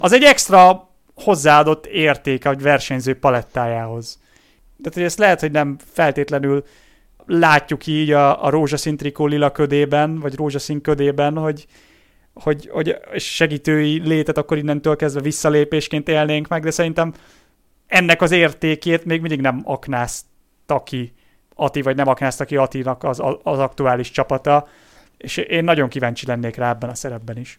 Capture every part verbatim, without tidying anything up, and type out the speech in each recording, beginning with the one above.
az egy extra hozzáadott érték a versenyző palettájához. Tehát, hogy ezt lehet, hogy nem feltétlenül látjuk így a, a rózsaszín trikó lila ködében, vagy rózsaszín ködében, hogy, hogy, hogy segítői létet akkor innentől kezdve visszalépésként élnénk meg, de szerintem ennek az értékét még mindig nem aknázta ki Ati, vagy nem aknázta ki Atinak az, az aktuális csapata, és én nagyon kíváncsi lennék rá ebben a szerepben is.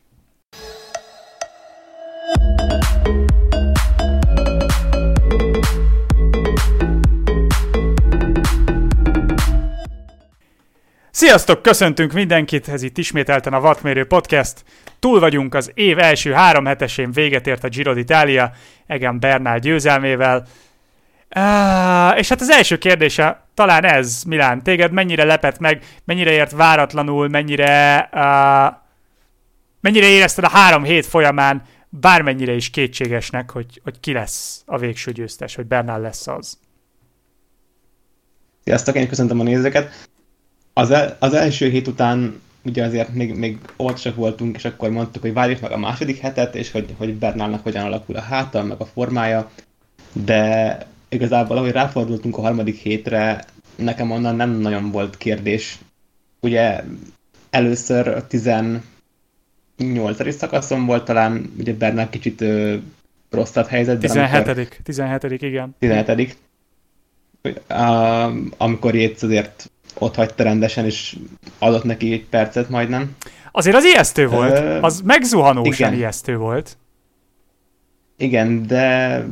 Sziasztok, köszöntünk mindenkit, ez itt ismételten a Wattmérő Podcast. Túl vagyunk az év első három hetesén, véget ért a Giro d'Italia, Egan Bernal győzelmével. Uh, és hát az első kérdése talán ez, Milán, téged mennyire lepett meg, mennyire ért váratlanul, mennyire, uh, mennyire érezted a három hét folyamán bármennyire is kétségesnek, hogy, hogy ki lesz a végső győztes, hogy Bernal lesz az. Sziasztok, én köszöntöm a nézőket. Az, el, az első hét után ugye azért még, még óvatosak voltunk, és akkor mondtuk, hogy várjuk meg a második hetet, és hogy, hogy Bernalnak hogyan alakul a háta, meg a formája, de igazából, ahogy ráfordultunk a harmadik hétre, nekem onnan nem nagyon volt kérdés. Ugye először a tizennyolcadik szakaszon volt talán, ugye Bernal kicsit ö, rosszabb helyzetben. tizenhetedik Amikor, tizenhetedik igen. tizenhetedik Uh, amikor Yates azért ott hagyta rendesen, és adott neki egy percet majdnem. Azért az ijesztő volt. Ö, az megzuhanósan igen. ijesztő volt. Igen, de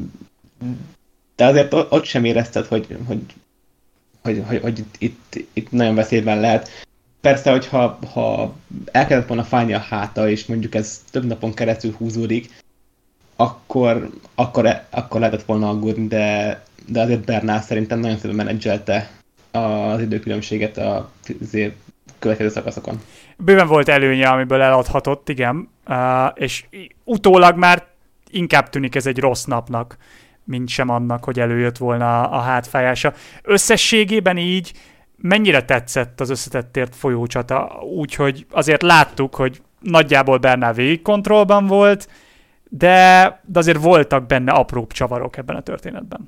de azért ott sem érezted, hogy, hogy, hogy, hogy, hogy itt, itt, itt nagyon veszélyben lehet. Persze, hogyha ha el kellett volna fájni a háta, és mondjuk ez több napon keresztül húzódik, akkor, akkor, akkor lehetett volna aggódni, de, de azért Bernal szerintem nagyon szépen menedzselte az időkülönbséget a következő szakaszokon. Bőven volt előnye, amiből eladhatott, igen, uh, és utólag már inkább tűnik ez egy rossz napnak, mint sem annak, hogy előjött volna a hátfájása. Összességében így mennyire tetszett az összetettért folyócsata, úgyhogy azért láttuk, hogy nagyjából Bernal végig kontrollban volt, de, de azért voltak benne apróbb csavarok ebben a történetben.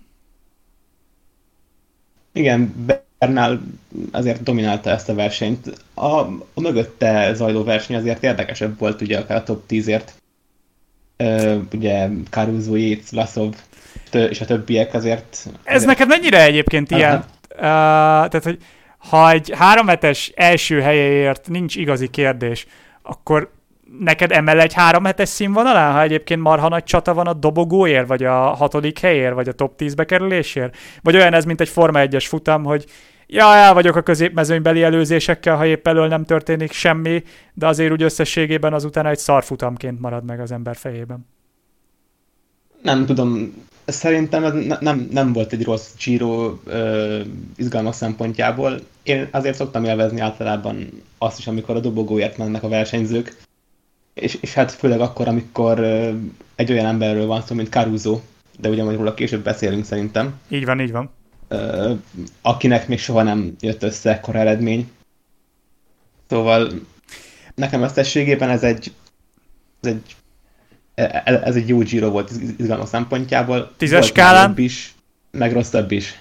Igen, Bernal azért dominálta ezt a versenyt. A, a mögötte zajló verseny azért érdekesebb volt, ugye akár a top tízért. Ö, ugye Caruso, Yates, Vlasov és a többiek azért... Ez azért... neked mennyire egyébként ilyen? Uh, tehát, hogy ha egy három hetes első helyeért nincs igazi kérdés, akkor neked emel egy három hetes színvonalán, ha egyébként marha nagy csata van a dobogóért, vagy a hatodik helyért, vagy a top tízbe kerülésért? Vagy olyan ez, mint egy Forma egyes futam, hogy ja, el vagyok a középmezőnybeli előzésekkel, ha épp elől nem történik semmi, de azért úgy összességében azután egy szarfutamként marad meg az ember fejében. Nem tudom, szerintem ez ne, nem, nem volt egy rossz Giro ö, izgalmak szempontjából. Én azért szoktam élvezni általában azt is, amikor a dobogóért mennek a versenyzők, és, és hát főleg akkor, amikor ö, egy olyan emberről van szó, mint Caruso, de ugye majd róla később beszélünk szerintem. Így van, így van. Ö, akinek még soha nem jött össze ekkora eredmény. Szóval nekem összességében ez egy, ez egy ez egy jó Giro volt izgalmas szempontjából. Tízes skálán? Jobb is, meg rosszabb is.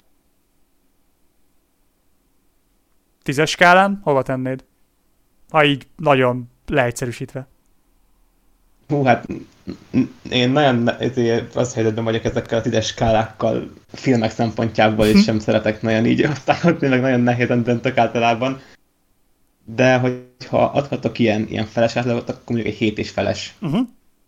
Tízes skálán? Hova tennéd? Ha így nagyon leegyszerűsítve. Hú, hát én nagyon az helyzetben vagyok ezekkel a tízes skálákkal filmek szempontjából, és sem szeretek nagyon így, aztán tényleg nagyon nehézen döntök általában. De hogyha adhatok ilyen, ilyen feles átlagot, akkor mondjuk egy hét és feles. Uh-huh.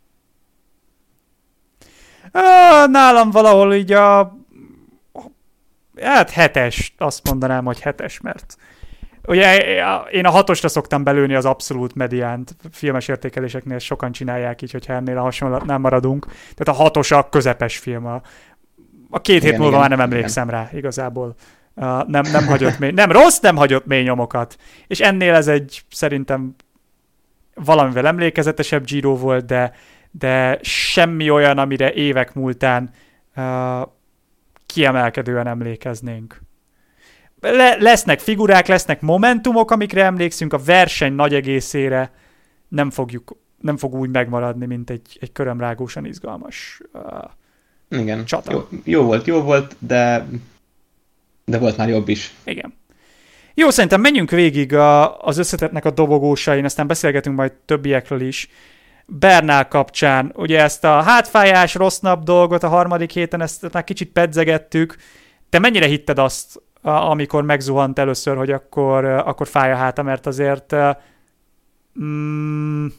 Nálam valahol így a hát hetes, azt mondanám, hogy hetes, mert ugye én a hatosra szoktam belőni az abszolút mediánt, filmes értékeléseknél sokan csinálják így, hogyha ennél a hasonlatnál maradunk, tehát a hatos a közepes film, a, a két igen, hét múlva igen, már nem emlékszem igen. rá igazából, uh, nem, nem hagyott mély, nem rossz, nem hagyott mély nyomokat, és ennél ez egy szerintem valamivel emlékezetesebb Giro volt, de de semmi olyan, amire évek múltán uh, kiemelkedően emlékeznénk. Le- lesznek figurák, lesznek momentumok, amikre emlékszünk, a verseny nagy egészére nem fogjuk nem fog úgy megmaradni, mint egy, egy körömrágósan izgalmas uh, Igen. csata. Jó, jó volt, jó volt, de, de volt már jobb is. Igen. Jó, szerintem menjünk végig a, az összetettnek a dobogósain, aztán beszélgetünk majd többiekről is. Bernál kapcsán, ugye ezt a hátfájás, rossz nap dolgot a harmadik héten, ezt már kicsit pedzegettük. Te mennyire hitted azt, amikor megzuhant először, hogy akkor, akkor fáj a háta, mert azért mm,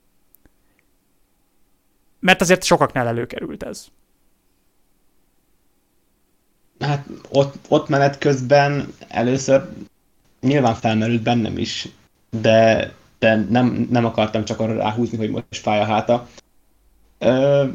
mert azért sokaknál előkerült ez. Hát ott, ott menet közben először nyilván felmerült bennem is, de, de nem, nem akartam csak arra ráhúzni, hogy most fáj a háta. Ö,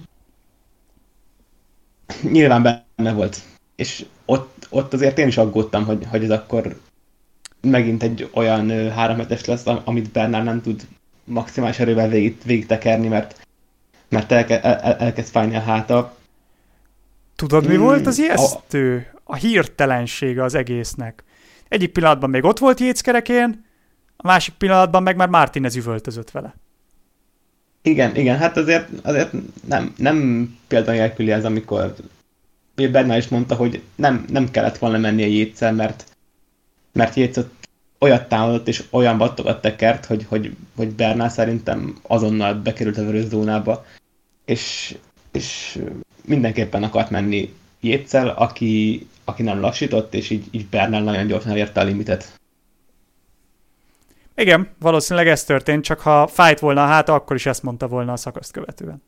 nyilván benne volt. És ott, ott azért én is aggódtam, hogy, hogy ez akkor megint egy olyan három hetes lesz, amit Bernál nem tud maximális erővel végig, végig tekerni, mert, mert elke, el, elkezd fájni a háta. Tudod, mi hmm, volt az ijesztő? A hirtelensége az egésznek. Egyik pillanatban még ott volt jéckerekén, a másik pillanatban meg már Martinez üvöltözött vele. Igen, igen, hát azért, azért nem, nem példanélküli ez, amikor Bernál is mondta, hogy nem, nem kellett volna menni a Jétszel, mert, mert Jéz olyat támadott és olyan battogat tekert, hogy, hogy, hogy Bernál szerintem azonnal bekerült a vörös zónába, és, és mindenképpen akart menni Jétszel, aki, aki nem lassított, és így, így Bernál nagyon gyorsan elérte a limitet. Igen, valószínűleg ez történt, csak ha fájt volna a háta, akkor is ezt mondta volna a szakaszt követően.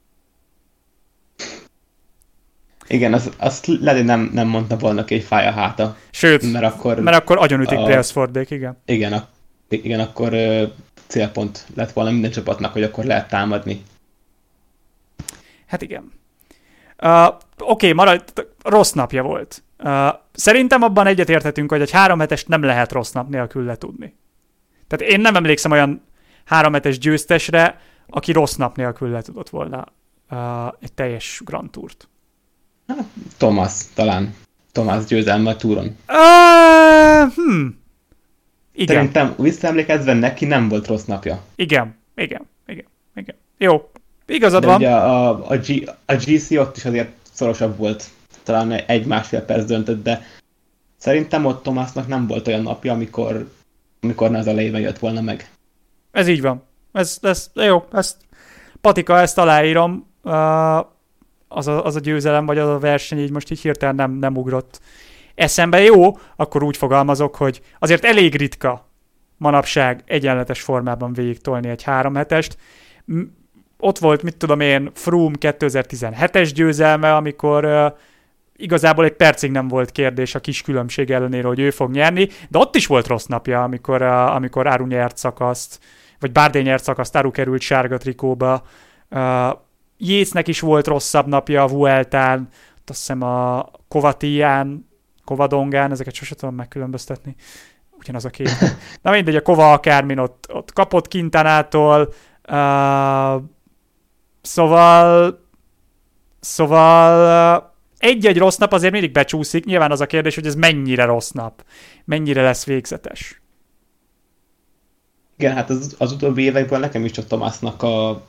Igen, azt, azt lehet, hogy nem, nem mondta volna ki, hogy fáj a háta. Sőt, mert akkor, mert akkor agyonütik a, Brailsfordék, igen. Igen, a, igen akkor uh, célpont lett volna minden csapatnak, hogy akkor lehet támadni. Hát igen. Uh, Oké, okay, marad, rossz napja volt. Uh, szerintem abban egyetérthetünk, hogy egy három hetest nem lehet rossz nap nélkül letudni. Tehát én nem emlékszem olyan három hetes győztesre, aki rossz nap nélkül le tudott volna uh, egy teljes Grand Tourt. Thomas, talán. Thomas győzelme a túron. Uh, hmm. Igen. Szerintem visszaemlékezve neki nem volt rossz napja. Igen, igen, igen, igen. Jó, igazad de van. Ugye a, a, G, a gé cé ott is azért szorosabb volt. Talán egy-másfél perc döntött, de szerintem ott Thomasnak nem volt olyan napja, amikor, amikor ne az elejében jött volna meg. Ez így van. Ez, ez, jó, ezt patika, ezt aláírom. Uh, az, a, az a győzelem, vagy az a verseny így most így hirtelen nem, nem ugrott eszembe. Jó, akkor úgy fogalmazok, hogy azért elég ritka manapság egyenletes formában végig tolni egy három hetest. Ott volt, mit tudom én, Froome kétezer-tizenhetes győzelme, amikor uh, igazából egy percig nem volt kérdés a kis különbség ellenére, hogy ő fog nyerni, de ott is volt rossz napja, amikor, uh, amikor Aru nyert szakaszt, vagy Bardet nyert szakaszt, Aru került sárga trikóba. Uh, Jéznek is volt rosszabb napja a Vueltán, azt hiszem a Kovatiján, Kovadongán, ezeket sosem tudom megkülönböztetni. Ugyanaz a két. Na mindegy, a Kova akármin ott, ott kapott Quintanától, uh, szóval szóval uh, egy-egy rossz nap azért mindig becsúszik, nyilván az a kérdés, hogy ez mennyire rossz nap, mennyire lesz végzetes. Igen, hát az, az utóbbi évekből nekem is csak Thomasnak a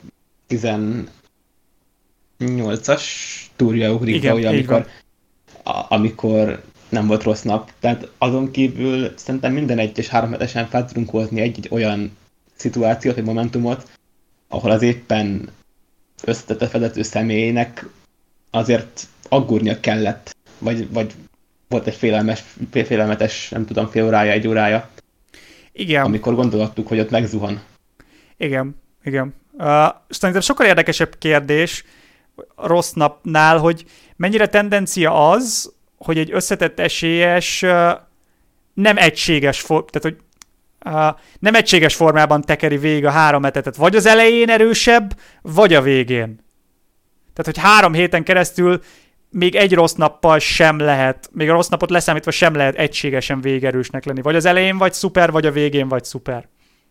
tizennyolcas túrja ugrik be, amikor, a, amikor nem volt rossz nap. Tehát azon kívül szerintem minden egyes három hetesen fel tudunk hozni egy-egy olyan szituációt, egy momentumot, ahol az éppen összetett vezető személynek azért aggódnia kellett, vagy, vagy volt egy félelmes, félelmetes, nem tudom, fél órája, egy órája, igen. Amikor gondolattuk, hogy ott megzuhan. Igen, igen. Uh, szerintem sokkal érdekesebb kérdés rossz napnál, hogy mennyire tendencia az, hogy egy összetett esélyes uh, nem egységes, for- tehát hogy uh, nem egységes formában tekeri végig a három hetetet, vagy az elején erősebb, vagy a végén. Tehát, hogy három héten keresztül még egy rossz nappal sem lehet, még a rossz napot leszámítva sem lehet egységesen végerősnek lenni. Vagy az elején vagy szuper, vagy a végén vagy szuper.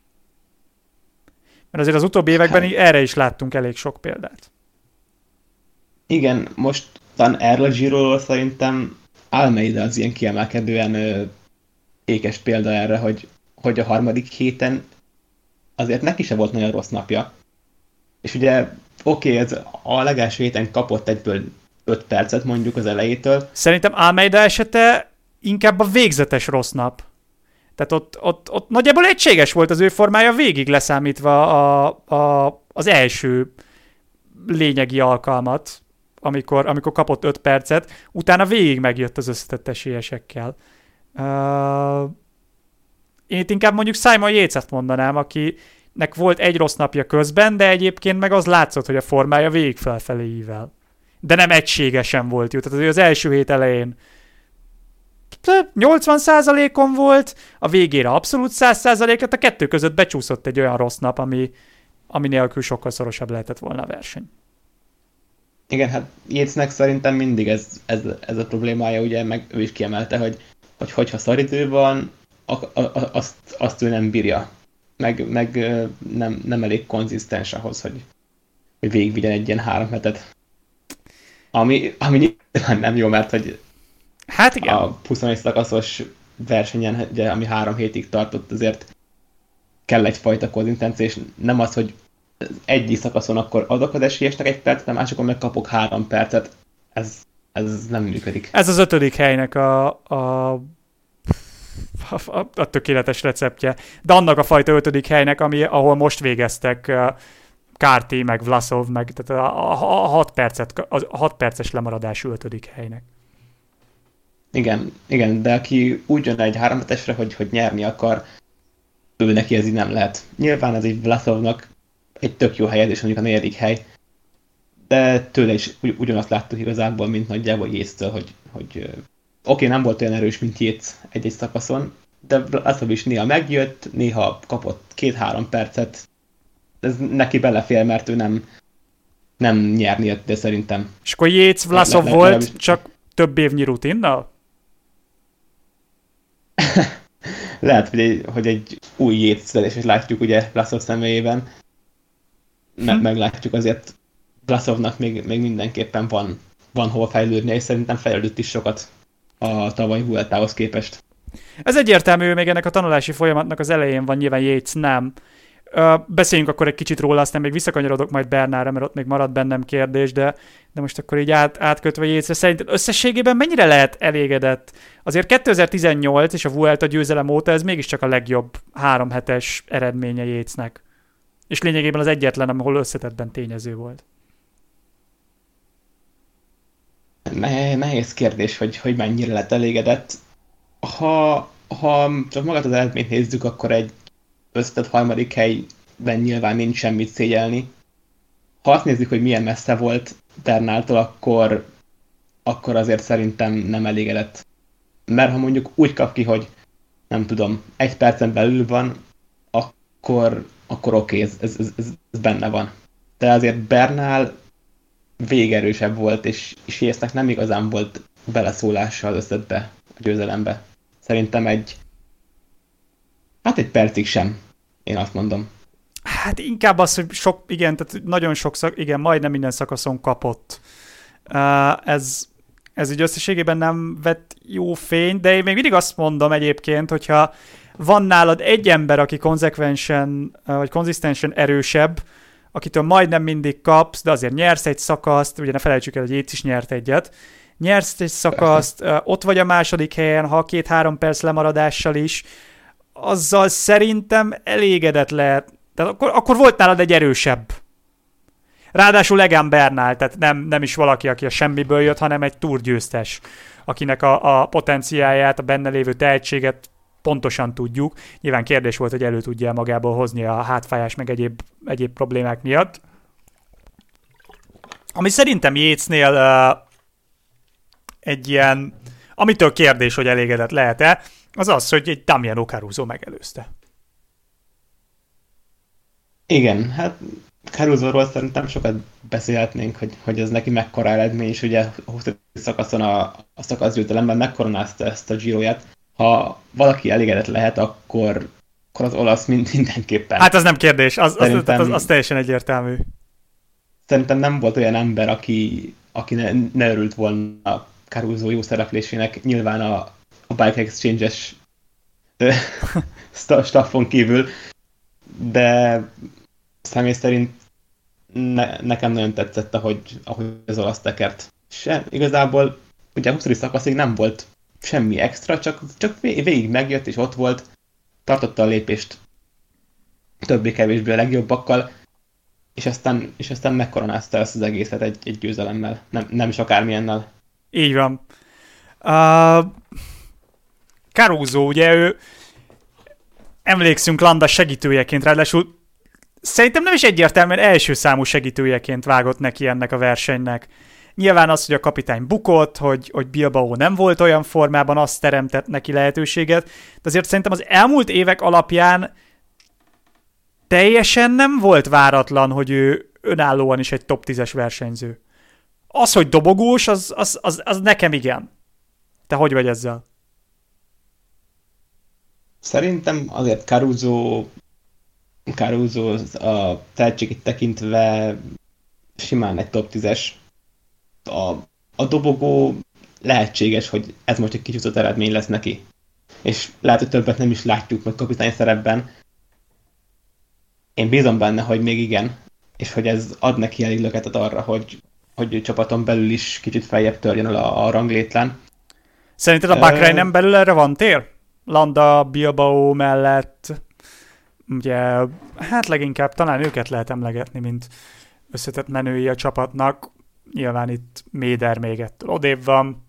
Mert azért az utóbbi években hát, erre is láttunk elég sok példát. Igen, most talán erről a Giroról szerintem Almeida az ilyen kiemelkedően ö, ékes példa erre, hogy, hogy a harmadik héten azért neki se volt nagyon rossz napja. És ugye, oké, okay, ez a legelső héten kapott egyből öt percet mondjuk az elejétől. Szerintem Almeida esete inkább a végzetes rossz nap. Tehát ott, ott, ott nagyjából egységes volt az ő formája végig leszámítva a, a, az első lényegi alkalmat, amikor, amikor kapott öt percet, utána végig megjött az összetett esélyesekkel. Uh, én itt inkább mondjuk Simon Yates-et mondanám, akinek volt egy rossz napja közben, de egyébként meg az látszott, hogy a formája végig felfelé ível. De nem egységesen volt jó. Tehát az első hét elején nyolcvan százalékon volt, a végére abszolút száz százalék, a kettő között becsúszott egy olyan rossz nap, ami, ami nélkül sokkal szorosabb lehetett volna a verseny. Igen, hát Yatesnek szerintem mindig ez, ez, ez a problémája, ugye, meg ő is kiemelte, hogy, hogy hogyha szaridő van, a, a, azt, azt ő nem bírja. Meg, meg nem, nem elég konzisztens ahhoz, hogy, hogy végigvigyen egy ilyen három hetet. Ami, ami nyilván nem jó, mert hogy hát igen. A huszonegy szakaszos versenyen, ugye, ami három hétig tartott, azért kell egyfajta konzisztencia, és nem az, hogy egy szakaszon akkor adok az esélyesnek egy percet, a másikon meg kapok három percet. Ez, ez nem működik. Ez az ötödik helynek a, a, a, a tökéletes receptje. De annak a fajta ötödik helynek, ami, ahol most végeztek Kárti, meg Vlasov, meg tehát a, a, a, hat percet, a hat perces lemaradású ötödik helynek. Igen, igen, de aki úgy jön egy három hetesre, hogy, hogy nyerni akar, ő neki ez így nem lehet. Nyilván ez egy Vlasovnak egy tök jó helyezés, mondjuk a negyedik hely, de tőle is ugy, ugyanazt láttuk igazából, mint nagyjából Yates-től, hogy, hogy oké, okay, nem volt olyan erős, mint Yates egy-egy szakaszon, de Vlasov is néha megjött, néha kapott két-három percet. Ez neki belefér, mert ő nem, nem nyerni, de szerintem. És akkor Yates Vlasov le, le, volt, le, csak több évnyi rutinnal? Lehet, hogy egy, hogy egy új Yates-szedés, és látjuk ugye Vlasov személyében. Me- hm. Meglátjuk azért, Vlasovnak még, még mindenképpen van, van hol fejlődni, és szerintem fejlődött is sokat a tavalyi Vueltához képest. Ez egyértelmű, még ennek a tanulási folyamatnak az elején van, nyilván Yates nem. Ö, beszéljünk akkor egy kicsit róla, aztán még visszakanyarodok majd Bernárra, mert ott még marad bennem kérdés, de, de most akkor így át, átkötve Yatesre, szerinted összességében mennyire lehet elégedett? Azért kétezer-tizennyolc és a Vuelta győzelem óta ez mégiscsak a legjobb három hetes eredménye Yatesnek. És lényegében az egyetlen, ahol összetettben tényező volt. Ne, nehéz kérdés, hogy, hogy mennyire lett elégedett. Ha, ha csak magát az eredményt nézzük, akkor egy összetett harmadik helyben nyilván nincs semmit szégyelni. Ha azt nézzük, hogy milyen messze volt Bernáltól, akkor, akkor azért szerintem nem elégedett. Mert ha mondjuk úgy kap ki, hogy nem tudom, egy percen belül van, akkor, akkor oké, ez, ez, ez, ez benne van. De azért Bernál végerősebb volt, és, és Yatesnek nem igazán volt beleszólása az összetbe, a győzelembe. Szerintem egy hát egy percig sem, én azt mondom. Hát inkább az, hogy sok, igen, tehát nagyon sok szak, igen, majdnem minden szakaszon kapott. Uh, ez, ez így összességében nem vett jó fényt, de én még mindig azt mondom egyébként, hogyha van nálad egy ember, aki konzekvensen, vagy konzisztensen erősebb, akitől majdnem mindig kapsz, de azért nyersz egy szakaszt, ugye ne felejtsük el, hogy Yates is nyert egyet, nyersz egy szakaszt, uh, ott vagy a második helyen, ha két-három perc lemaradással is, azzal szerintem elégedett lehet. Tehát akkor, akkor volt nálad egy erősebb. Ráadásul Egan Bernal, tehát nem, nem is valaki, aki a semmiből jött, hanem egy túrgyőztes, akinek a, a potenciáját, a benne lévő tehetséget pontosan tudjuk. Nyilván kérdés volt, hogy elő tudja magából hozni a hátfájás meg egyéb, egyéb problémák miatt. Ami szerintem Yatesnél uh, egy ilyen, amitől kérdés, hogy elégedett lehet-e, az az, hogy egy Damiano Caruso megelőzte. Igen, hát Carusoról szerintem sokat beszélhetnénk, hogy, hogy ez neki mekkora eredmény, és ugye a huszadik szakaszon a, a szakaszgyőzelemben megkoronázta ezt a Giroját. Ha valaki elégedett lehet, akkor, akkor az olasz mindenképpen. Hát az nem kérdés, az, az, az, az teljesen egyértelmű. Szerintem nem volt olyan ember, aki, aki ne, ne örült volna Caruso jó szereplésének. Nyilván a, a Bike Exchange-es staffon kívül, de személy szerint ne, nekem nagyon tetszett, ahogy, ahogy az olasz tekert. Se, igazából ugye a huszadik szakaszig nem volt semmi extra, csak, csak végig megjött, és ott volt, tartotta a lépést többé-kevésbé a legjobbakkal, és aztán, és aztán megkoronázta ezt az egészet egy, egy győzelemmel, nem, nem is akármilyennel. Így van. Uh, Caruso, ugye ő emlékszünk Landa segítőjeként, ráadásul szerintem nem is egyértelműen első számú segítőjeként vágott neki ennek a versenynek. Nyilván az, hogy a kapitány bukott, hogy, hogy Bilbao nem volt olyan formában, azt teremtett neki lehetőséget, de azért szerintem az elmúlt évek alapján teljesen nem volt váratlan, hogy ő önállóan is egy top tízes versenyző. Az, hogy dobogós, az, az, az, az nekem igen. Te hogy vagy ezzel? Szerintem azért Caruso, Caruso a tehetségét tekintve simán egy top tízes. A, a dobogó lehetséges, hogy ez most egy kicsit eredmény lesz neki. És lehet, hogy többet nem is látjuk meg kapitány szerepben. Én bízom benne, hogy még igen, és hogy ez ad neki elég löketet arra, hogy, hogy csapaton belül is kicsit feljebb törjön el a, a ranglétlán. Szerinted a Bahreinen belül erre van tér? Landa, Bilbao mellett, ugye, hát leginkább talán őket lehet emlegetni, mint összetett menői a csapatnak. Nyilván itt Méder még ettől odébb van.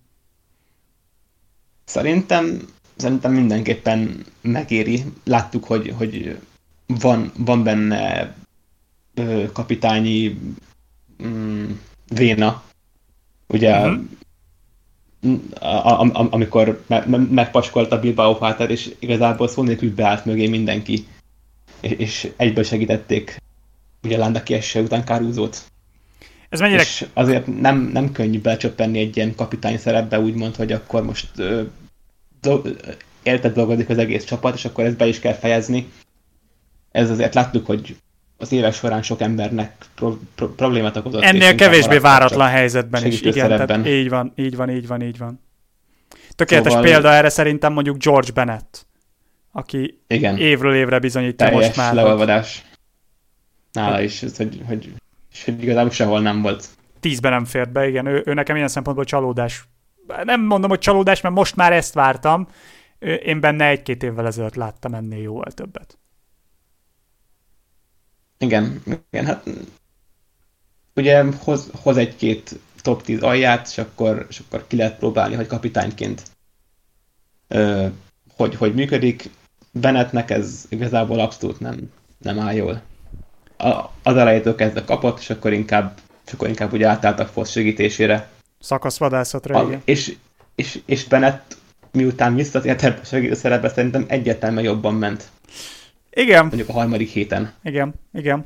Szerintem, szerintem mindenképpen megéri. Láttuk, hogy, hogy van, van benne ö, kapitányi mm, véna. Ugye uh-huh. a, a, a, amikor me, me, megpaskolta Bilbao hátát, és igazából szó nélkül beállt mögé mindenki. És, és egyből segítették ugye Landa kiesse után Carusót. Ez mennyire... És azért nem, nem könnyű belecsöppenni egy ilyen kapitány szerepbe, úgymond, hogy akkor most ö, do, érted dolgozik az egész csapat, és akkor ezt be is kell fejezni. Ez azért láttuk, hogy az évek során sok embernek pro, pro, problémát okozott. Ennél kevésbé váratlan helyzetben is. Igen, szerepben. Tehát így van, így van, így van, így van. Tökéletes szóval... példa erre szerintem mondjuk George Bennett, aki igen. évről évre bizonyítja teljes most már. leolvadás. Nála is, ez, hogy, hogy, hogy igazából sehol nem volt. Tízben nem fért be, igen. Ő, ő nekem ilyen szempontból csalódás. Nem mondom, hogy csalódás, mert most már ezt vártam. Én benne egy-két évvel ezelőtt láttam ennél jóval többet. Igen, igen, hát ugye hoz, hoz egy-két top tíz alját, és akkor, és akkor ki lehet próbálni, hogy kapitányként ö, hogy, hogy működik. Bennettnek ez igazából abszolút nem, nem áll jól. A, az elejétől kezdve kapott, és akkor inkább, és akkor inkább ugye átálltak Fosz segítésére. Szakaszvadászatra, a, igen. És, és, és Bennett miután visszatért ebbe a segítő szerepbe, szerintem egyértelműen jobban ment. Igen. Mondjuk a harmadik héten. Igen, igen.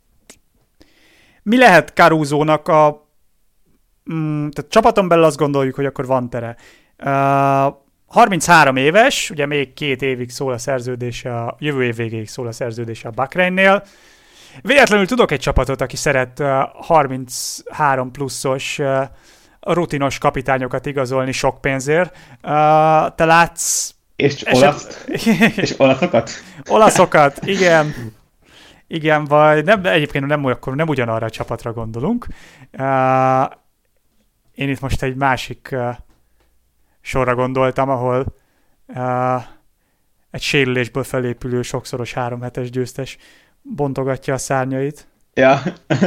Mi lehet Carusónak a... Mm, tehát csapaton belül azt gondoljuk, hogy akkor van tere. Uh, harminchárom éves, ugye még két évig szól a szerződése, a jövő év végéig szól a szerződése a Bahreinnél. Véletlenül tudok egy csapatot, aki szeret uh, harminchárom pluszos uh, rutinos kapitányokat igazolni sok pénzért. Uh, te látsz... És olasz? És olaszokat? Olaszokat, igen. Igen, vagy nem, egyébként nem, akkor nem ugyanarra a csapatra gondolunk. Uh, én itt most egy másik uh, sorra gondoltam, ahol uh, egy sérülésből felépülő sokszoros háromhetes győztes bontogatja a szárnyait. Ja.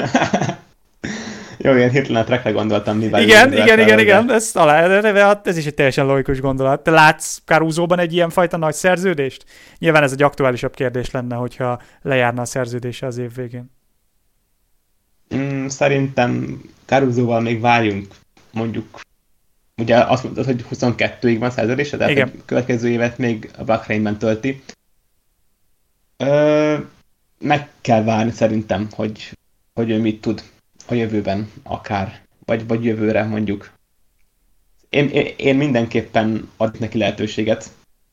Jó, ilyen hirtelen a trackre gondoltam. Igen, igen, igen, igen, igen, ez, talán, ez is egy teljesen logikus gondolat. Te látsz Carusóban egy ilyen fajta nagy szerződést? Nyilván ez egy aktuálisabb kérdés lenne, hogyha lejárna a szerződése az év végén. Mm, szerintem Carusóval még várjunk, mondjuk, ugye azt mondtad, hogy huszonkettőig van szerződése, tehát a következő évet még a Bahreinben tölti. Ö, meg kell várni szerintem, hogy, hogy ő mit tud a jövőben akár, vagy, vagy jövőre mondjuk. Én, én, én mindenképpen adok neki lehetőséget,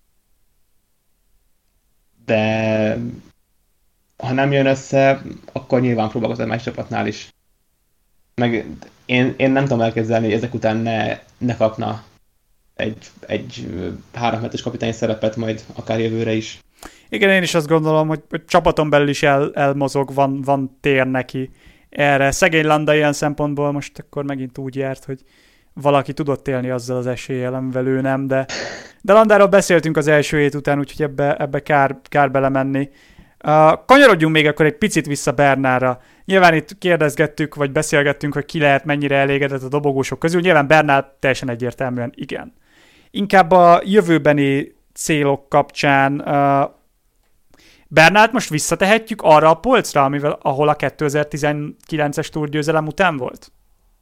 de ha nem jön össze, akkor nyilván próbálkozom más csapatnál is. Meg én, én nem tudom elképzelni, hogy ezek után ne, ne kapna egy, egy három hetes kapitányi szerepet majd akár jövőre is. Igen, én is azt gondolom, hogy, hogy csapaton belül is el, elmozog, van, van tér neki erre. Szegény Landa ilyen szempontból most akkor megint úgy járt, hogy valaki tudott élni azzal az eséllyel, amivel ő nem, de, de Landáról beszéltünk az első hét után, úgyhogy ebbe, ebbe kár, kár belemenni. Uh, kanyarodjunk még akkor egy picit vissza Bernálra. Nyilván itt kérdezgettük, vagy beszélgettünk, hogy ki lehet mennyire elégedett a dobogósok közül. Nyilván Bernál teljesen egyértelműen igen. Inkább a jövőbeni célok kapcsán uh, Bernált most visszatehetjük arra a polcra, amivel, ahol a kétezer-tizenkilences Tour győzelem után volt?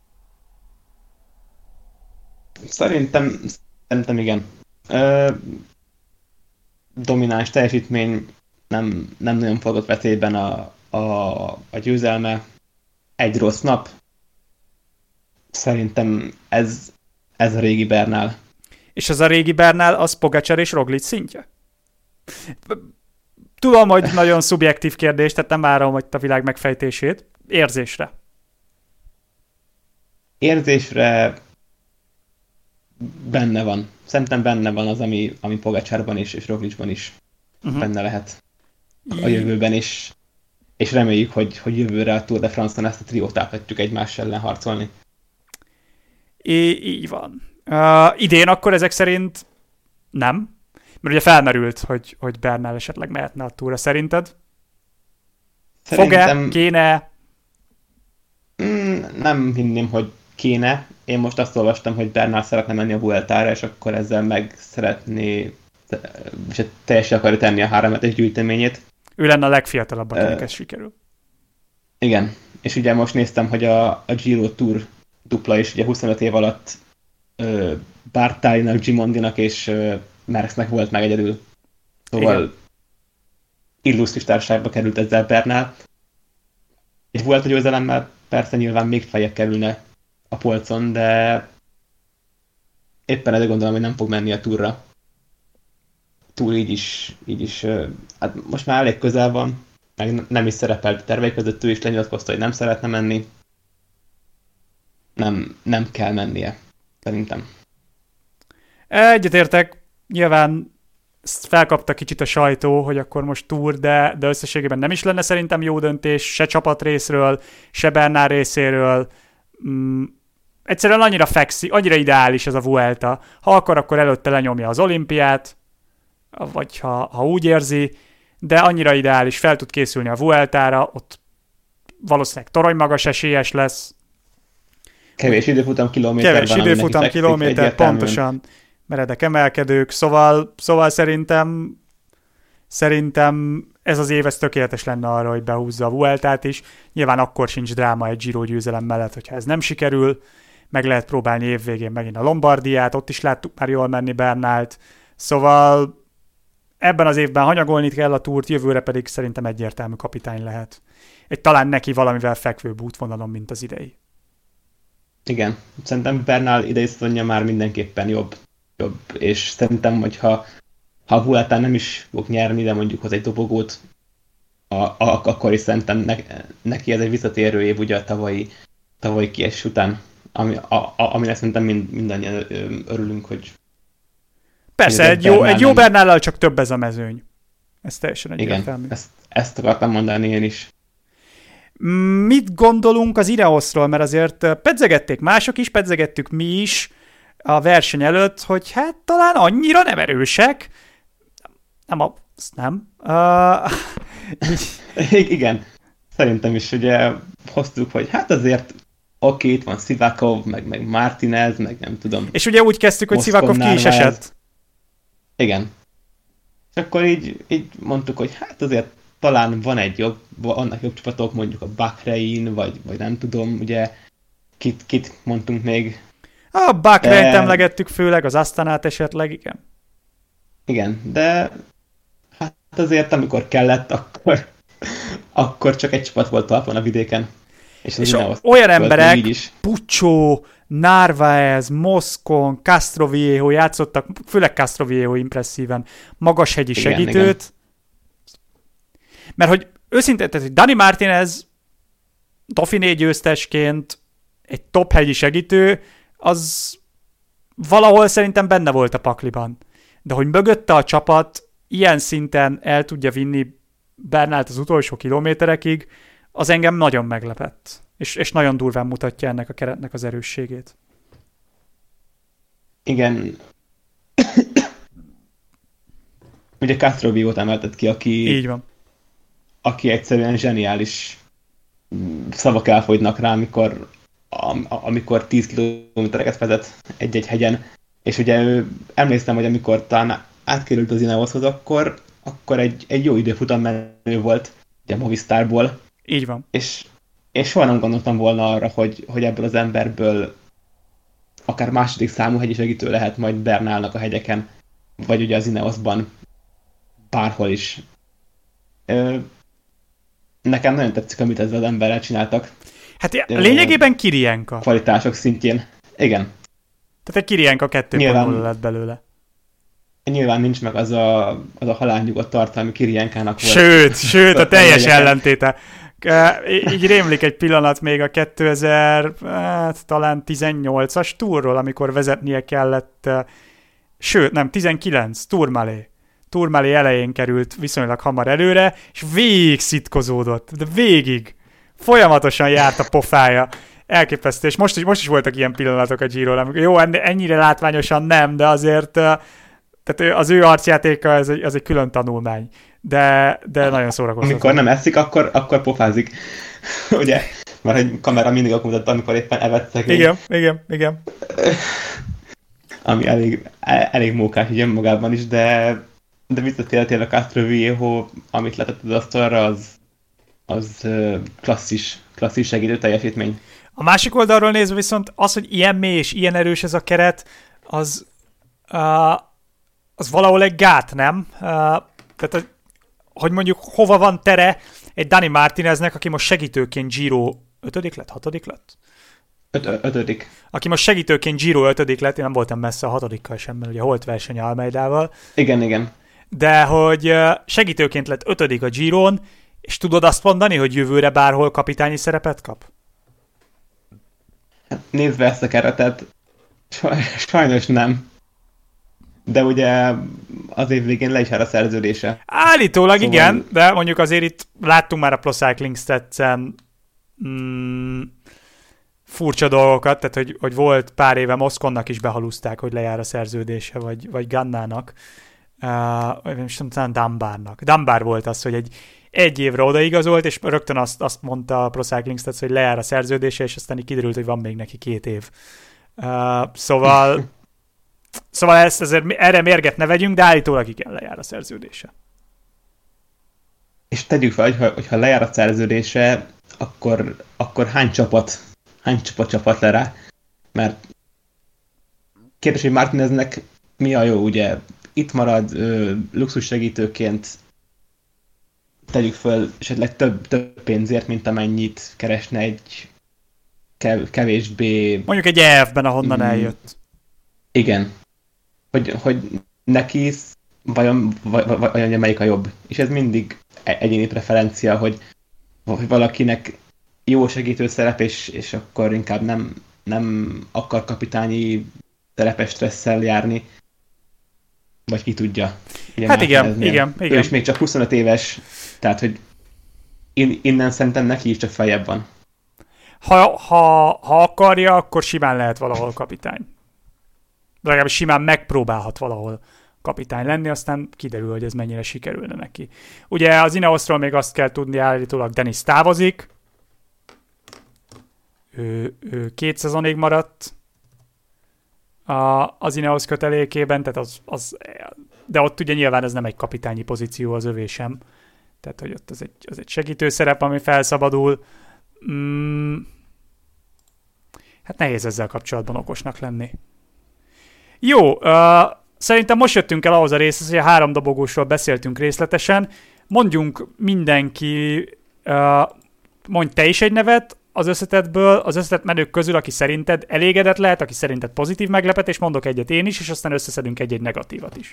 Szerintem, szerintem igen. Ö, domináns teljesítmény, nem, nem nagyon fogott veszélyben a, a, a győzelme. Egy rossz nap. Szerintem ez, ez a régi Bernál. És az a régi Bernál az Pogačar és Roglič szintje? Tudom, hogy nagyon szubjektív kérdés, tehát nem várom hogy a világ megfejtését. Érzésre. Érzésre benne van. Szerintem benne van az, ami, ami Pogačarban is, és Rogličban is uh-huh. benne lehet a jövőben is. És reméljük, hogy, hogy jövőre a Tour de France-on ezt a triót áthatjuk egymás ellen harcolni. I- így van. Uh, idén akkor ezek szerint nem? Mert ugye felmerült, hogy, hogy Bernal esetleg mehetne a túra. Szerinted? Szerintem... Fog-e? Kéne? Mm, nem hinném, hogy kéne. Én most azt olvastam, hogy Bernal szeretne menni a Vueltára, és akkor ezzel meg szeretné, és teljesen akarja tenni a három hetes gyűjteményét. Ő lenne a legfiatalabb, akinek uh, ez sikerül. Igen. És ugye most néztem, hogy a, a Giro Tour dupla is ugye huszonöt év alatt uh, Bartalinak, Gimondinak és uh, Merckxnek volt meg egyedül. Szóval igen. Illusztris társaságba került ezzel Bernal. Egy volt a győzelemmel persze nyilván még feljebb kerülne a polcon, de éppen ezzel gondolom, hogy nem fog menni a túrra. Túl így is, így is, hát most már elég közel van, meg nem is szerepelt tervei között, ő is lenyilatkozta, hogy nem szeretne menni. Nem, nem kell mennie, szerintem. Egyetértek, nyilván felkapta kicsit a sajtó, hogy akkor most túr, de, de összességében nem is lenne szerintem jó döntés, se csapat részről, se Bernal részéről. Mm, egyszerűen annyira fekszik, annyira ideális ez a Vuelta. Ha akar, akkor előtte lenyomja az olimpiát, vagy ha, ha úgy érzi, de annyira ideális, fel tud készülni a Vueltára, ott valószínűleg torony magas esélyes lesz. Kevés időfutam kilométerben. Kevés időfutam kilométer, pontosan. Meredek emelkedők, szóval, szóval szerintem szerintem ez az év ez tökéletes lenne arra, hogy behúzza a Vueltát is. Nyilván akkor sincs dráma egy Giro győzelem mellett, hogyha ez nem sikerül. Meg lehet próbálni évvégén megint a Lombardiát, ott is láttuk már jól menni Bernalt. Szóval ebben az évben hanyagolni kell a túrt, jövőre pedig szerintem egyértelmű kapitány lehet. Egy talán neki valamivel fekvőbb útvonalon, mint az idei. Igen, szerintem Bernal idei szezonja már mindenképpen jobb. jobb. És szerintem, hogyha ha a Vueltán nem is fog nyerni, de mondjuk hoz egy dobogót, a, a, akkor is szerintem ne, neki ez egy visszatérő év ugye a tavalyi, tavalyi kiesés után, ami, a, a, amire szerintem mind, mindannyian örülünk, hogy persze, egy jó, egy jó Bernállal csak több ez a mezőny. Ez teljesen egyértelmű. Igen, ezt, ezt akartam mondani én is. Mit gondolunk az Ineosról? Mert azért pedzegették mások is, pedzegettük mi is a verseny előtt, hogy hát talán annyira nem erősek. Nem, a, nem. Uh, Igen, szerintem is ugye hoztuk, hogy hát azért oké, itt van Sivakov, meg, meg Martinez, meg nem tudom. És ugye úgy kezdtük, hogy Sivakov ki is esett. Igen. És akkor így, így mondtuk, hogy hát azért talán van egy jobb, vannak jobb csapatok, mondjuk a Bahrein, vagy, vagy nem tudom, ugye kit, kit mondtunk még. A Bahreint de... emlegettük főleg, az Astanát esetleg, igen. Igen, de hát azért amikor kellett, akkor, akkor csak egy csapat volt talpon a vidéken. És, és olyan emberek, Puccio, Narvaez, Moscon, Castroviejo játszottak, főleg Castroviejo impresszíven, magashegyi igen, segítőt. Igen. Mert hogy őszintén, tehát, hogy Dani Martinez Dauphiné győztesként egy top hegyi segítő, az valahol szerintem benne volt a pakliban. De hogy mögötte a csapat, ilyen szinten el tudja vinni Bernált az utolsó kilométerekig, az engem nagyon meglepett. És, és nagyon durván mutatja ennek a keretnek az erősségét. Igen. Ugye Castroviót emeltet ki, aki, Így van. aki egyszerűen zseniális szavak elfogynak rá, amikor, am, amikor tíz kilométereket vezet egy-egy hegyen. És ugye ő, emlékszem, hogy amikor talán átkerült az Ineoshoz, akkor, akkor egy, egy jó időfutam menő volt, ugye Movistarból. Így van. És, és soha nem gondoltam volna arra, hogy, hogy ebből az emberből akár második számú hegyi segítő lehet majd Bernálnak a hegyeken, vagy ugye az Ineosban, bárhol is. Ö, nekem nagyon tetszik, amit ezzel az emberrel csináltak. Hát lényegében Kirienka. Kvalitások szintjén. Igen. Tehát egy Kirienka kettő pont nulla lett belőle. Nyilván nincs meg az a, az a halálnyugodt tartalmi Kirienkának volt. Sőt, sőt, a teljes ellentéte. Így rémlik egy pillanat még a kétezer, hát, talán tizennyolcas túrról, amikor vezetnie kellett, sőt, nem, tizenkilenc, Tourmalet. Tourmalet elején került viszonylag hamar előre, és végig szitkozódott, de végig. Folyamatosan járt a pofája. Elképesztő, és most is, most is voltak ilyen pillanatok a Giron, amikor jó, ennyire látványosan nem, de azért tehát az ő arcjátéka, ez egy, az egy külön tanulmány. De, de nagyon szórakoztató. Amikor nem eszik, akkor, akkor pofázik. Ugye? Mert egy kamera mindig akkor mutatta, amikor éppen evett szegény. Igen, igen, igen. Ami elég, elég mókás így önmagában is, de, de visszatértél a Castroviejo, amit letett az asztalra, az, az klasszis, klasszis segítő teljesítmény. A másik oldalról nézve viszont az, hogy ilyen mély és ilyen erős ez a keret, az, uh, az valahol egy gát, nem? Uh, tehát, hogy mondjuk hova van tere egy Dani Martineznek, aki most segítőként Giro ötödik lett, hatodik lett? Öt, ötödik. Aki most segítőként Giro ötödik lett, én nem voltam messze a hatodikkal sem, mert ugye holt verseny Almeidával. Igen, igen. De hogy segítőként lett ötödik a Giron, és tudod azt mondani, hogy jövőre bárhol kapitányi szerepet kap? Hát nézve ezt a keretet, sajnos nem. De ugye az év végén le is áll a szerződése. Állítólag szóval... igen, de mondjuk azért itt láttunk már a Pro Cycling Stats-en mm, furcsa dolgokat, tehát hogy, hogy volt pár éve Mosconnak is behaluzták, hogy lejár a szerződése, vagy, vagy Gannának, uh, nem tudom, talán Dunbarnak. Dunbar volt az, hogy egy, egy évre odaigazolt, és rögtön azt, azt mondta a Pro Cycling Stats, hogy lejár a szerződése, és aztán így kiderült, hogy van még neki két év. Uh, szóval Szóval ezt azért erre mérget ne vegyünk, de állítólag igen, lejár a szerződése. És tegyük fel, hogyha, hogyha lejár a szerződése, akkor, akkor hány csapat, hány csapat csapat le rá? Mert kérdés, hogy Martineznek mi a jó, ugye? Itt marad ö, luxus segítőként, tegyük fel esetleg több, több pénzért, mint amennyit keresne egy kev, kevésbé... Mondjuk egy E F-ben, ahonnan mm, eljött. Igen. Hogy, hogy neki vajon, vajon melyik a jobb. És ez mindig egyéni preferencia, hogy, hogy valakinek jó segítő szerep, és, és akkor inkább nem, nem akar kapitányi szerepes stresszel járni. Vagy ki tudja. Ugye hát igen, igen, igen. Ő is még csak huszonöt éves, tehát hogy innen szerintem neki is csak feljebb van. Ha, ha, ha akarja, akkor simán lehet valahol kapitány. De legalábbis simán megpróbálhat valahol kapitány lenni, aztán kiderül, hogy ez mennyire sikerülne neki. Ugye az Ineosról még azt kell tudni, állítólag Denis távozik. Ő, ő két szezonig maradt a, az Ineos kötelékében, tehát az, az, de ott ugye nyilván ez nem egy kapitányi pozíció az övé sem. Tehát, hogy ott az egy, az egy segítő szerep, ami felszabadul. Mm, hát nehéz ezzel kapcsolatban okosnak lenni. Jó, uh, szerintem most jöttünk el ahhoz a részhez, hogy a három dobogósról beszéltünk részletesen. Mondjunk mindenki, uh, mondj te is egy nevet az összetettből, az összetett menők közül, aki szerinted elégedett lehet, aki szerinted pozitív meglepetés, mondok egyet én is, és aztán összeszedünk egy-egy negatívat is.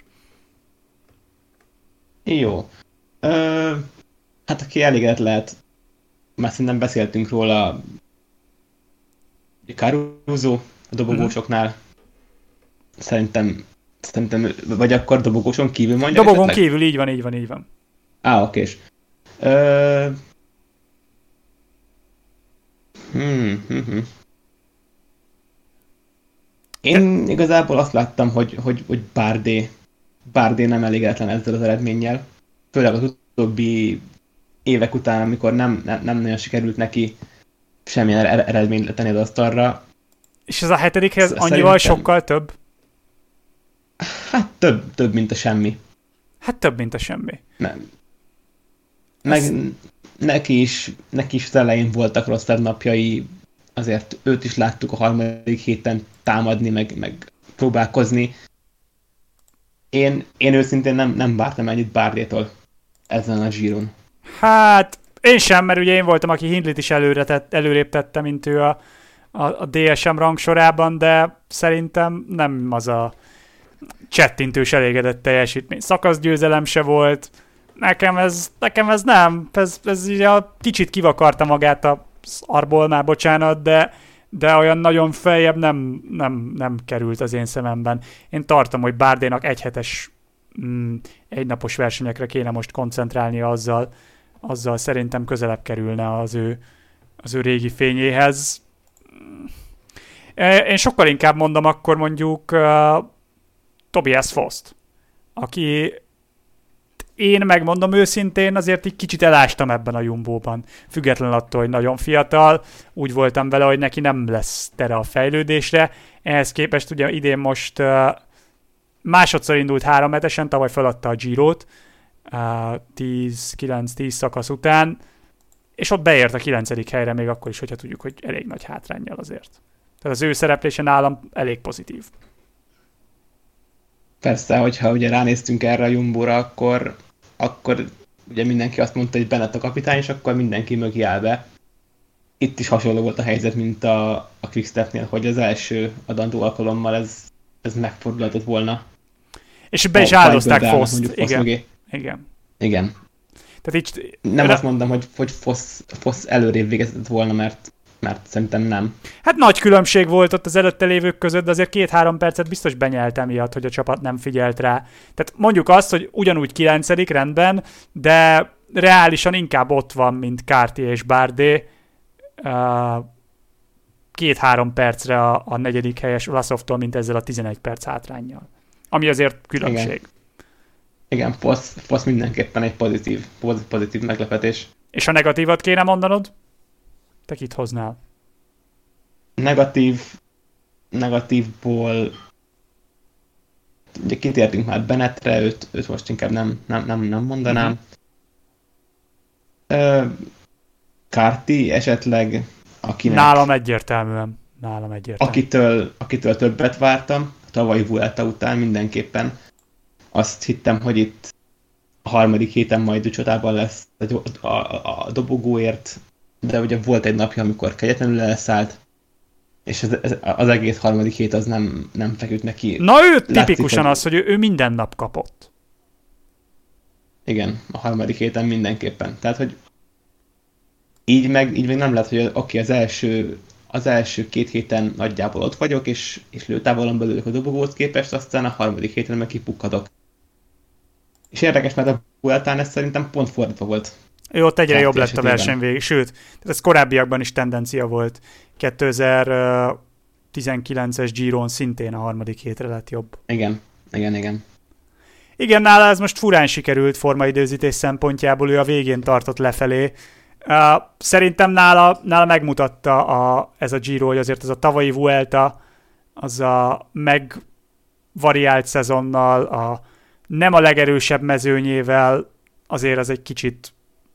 Jó. Ö, hát aki elégedett lehet, már szerintem beszéltünk róla, Caruso a dobogósoknál. Szerintem Szerintem, vagy akkor dobogóson kívül mondja? Dobogon esetleg? Kívül, így van, így van, így van. Á, okés. Ö... Hmm, hmm, hmm. Én De... igazából azt láttam, hogy, hogy, hogy Bardé, Bardé nem elégedetlen ezzel az eredménnyel. Főleg az utóbbi évek után, amikor nem, nem, nem nagyon sikerült neki semmilyen eredményt letenni az asztalra. És ez a hetedikhez annyival sokkal több? Hát több, több, mint a semmi. Hát több, mint a semmi. Nem. Meg ez... neki, is, neki is az elején voltak rosszabb napjai, azért őt is láttuk a harmadik héten támadni, meg, meg próbálkozni. Én, én őszintén nem, nem vártam ennyit Bardétól ezen a Giron. Hát én sem, mert ugye én voltam, aki Hindlit is előre tett, előrébb tette, mint ő a, a, a dé es em rangsorában, de szerintem nem az a csettintős elégedett teljesítmény. Szakaszgyőzelem se volt. Nekem ez, nekem ez nem. Ez, ez így a kicsit kivakarta magát a szarból, már bocsánat, de, de olyan nagyon feljebb nem, nem, nem került az én szememben. Én tartom, hogy Bardénak egyhetes mm, egynapos versenyekre kéne most koncentrálnia, azzal, azzal szerintem közelebb kerülne az ő, az ő régi fényéhez. Én sokkal inkább mondom akkor mondjuk uh, Tobias Fosst, aki én megmondom őszintén, azért egy kicsit elástam ebben a Jumbóban. Független attól, hogy nagyon fiatal, úgy voltam vele, hogy neki nem lesz tere a fejlődésre. Ehhez képest ugye idén most uh, másodszor indult három hetesen, tavaly feladta a Girót uh, tíz kilenc tíz szakasz után, és ott beért a kilencedik helyre, még akkor is, hogyha tudjuk, hogy elég nagy hátránnyal azért. Tehát az ő szereplése nálam elég pozitív. Persze, hogyha ugye ránéztünk erre a Jumbóra, akkor, akkor ugye mindenki azt mondta, hogy Bennett a kapitány, és akkor mindenki mögé áll be. Itt is hasonló volt a helyzet, mint a, a Quickstepnél, hogy az első adandó alkalommal ez, ez megfordulhatott volna. És be is áldozták Fosst. Igen. Mögé. Igen. Igen. Tehát így... Nem azt mondom, hogy, hogy Foss, Foss előrébb végezett volna, mert mert szerintem nem. Hát nagy különbség volt ott az előtte lévők között, de azért két-három percet biztos benyelt emiatt, hogy a csapat nem figyelt rá. Tehát mondjuk azt, hogy ugyanúgy kilencedik rendben, de reálisan inkább ott van, mint Cartier és Bardet. Két-három percre a, a negyedik helyes Vlasovtól, mint ezzel a tizenegy perc hátránnyal. Ami azért különbség. Igen, Igen Foss, Foss mindenképpen egy pozitív, pozitív meglepetés. És a negatívat kéne mondanod? Te kit hoznál? Negatív, negatívból ugye kitértünk már Bennettre, őt, őt most inkább nem, nem, nem, nem mondanám. Uh-huh. Carty esetleg, akinek... Nálam egyértelműen. Nálam egyértelműen. Akitől, akitől többet vártam, a tavalyi Vuelta után mindenképpen. Azt hittem, hogy itt a harmadik héten majd csodában lesz a, a, a dobogóért, de ugye volt egy napja, amikor kegyetlenül elszállt, és ez, ez, az egész harmadik hét az nem, nem feküdt neki. Na ő tipikusan az, hogy ő, ő minden nap kapott. Igen, a harmadik héten mindenképpen. Tehát, hogy így meg, így meg nem lehet, hogy oké, okay, az első, az első két héten nagyjából ott vagyok, és, és lőtávolon belőlük a dobogóhoz képest, aztán a harmadik héten meg kipukkadok. És érdekes, mert a Vueltán ez szerintem pont fordítva volt. Ő ott egyre jobb lett a verseny végig, sőt, ez korábbiakban is tendencia volt. kétezer-tizenkilences Giron szintén a harmadik hétre lett jobb. Igen, igen, igen. Igen, nála ez most furán sikerült formaidőzítés szempontjából, ő a végén tartott lefelé. Uh, szerintem nála, nála megmutatta a, ez a Giro, hogy azért ez a tavalyi Vuelta, az a megvariált szezonnal, a nem a legerősebb mezőnyével, azért az egy kicsit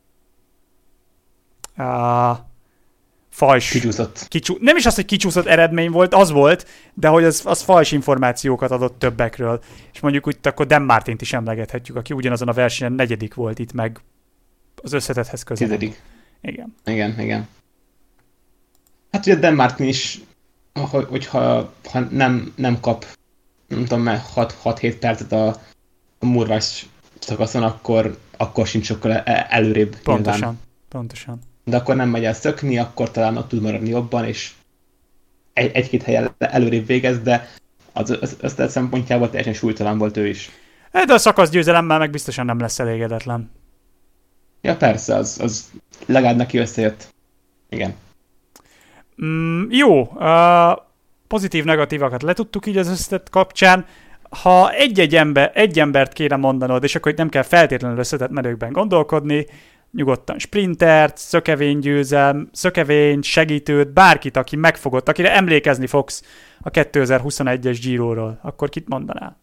Uh, fals. Kicsúszott. Kicsú, nem is az, hogy kicsúszott eredmény volt, az volt, de hogy az, az fals információkat adott többekről. És mondjuk úgy akkor Dan Martint is emlegethetjük, aki ugyanazon a versenyen negyedik volt itt, meg az összetethez közel. Tizedik. Igen. Igen, igen. Hát ugye Dan Martin is, hogyha ha nem, nem kap, nem tudom, hat-hét percet a, a murvás szakaszon, akkor, akkor sincs sokkal előrébb. Pontosan, nyilván. pontosan. De akkor nem megy el szökni, akkor talán ott tud maradni jobban, és egy- egy-két helyen előrébb végez, de az, az összetett szempontjából teljesen súlytalan volt ő is. De a szakaszgyőzelemmel meg biztosan nem lesz elégedetlen. Ja persze, az, az legalább neki összejött. Igen. Mm, jó, uh, pozitív-negatívakat letudtuk így az összetett kapcsán. Ha egy-egy ember, egy embert kéne mondanod, és akkor itt nem kell feltétlenül összetett menőkben gondolkodni, nyugodtan sprintert, szökevény győzelm, szökevény segítőt, bárkit, aki megfogott, akire emlékezni fogsz a kétezer-huszonegyes Giróról, akkor kit mondanál?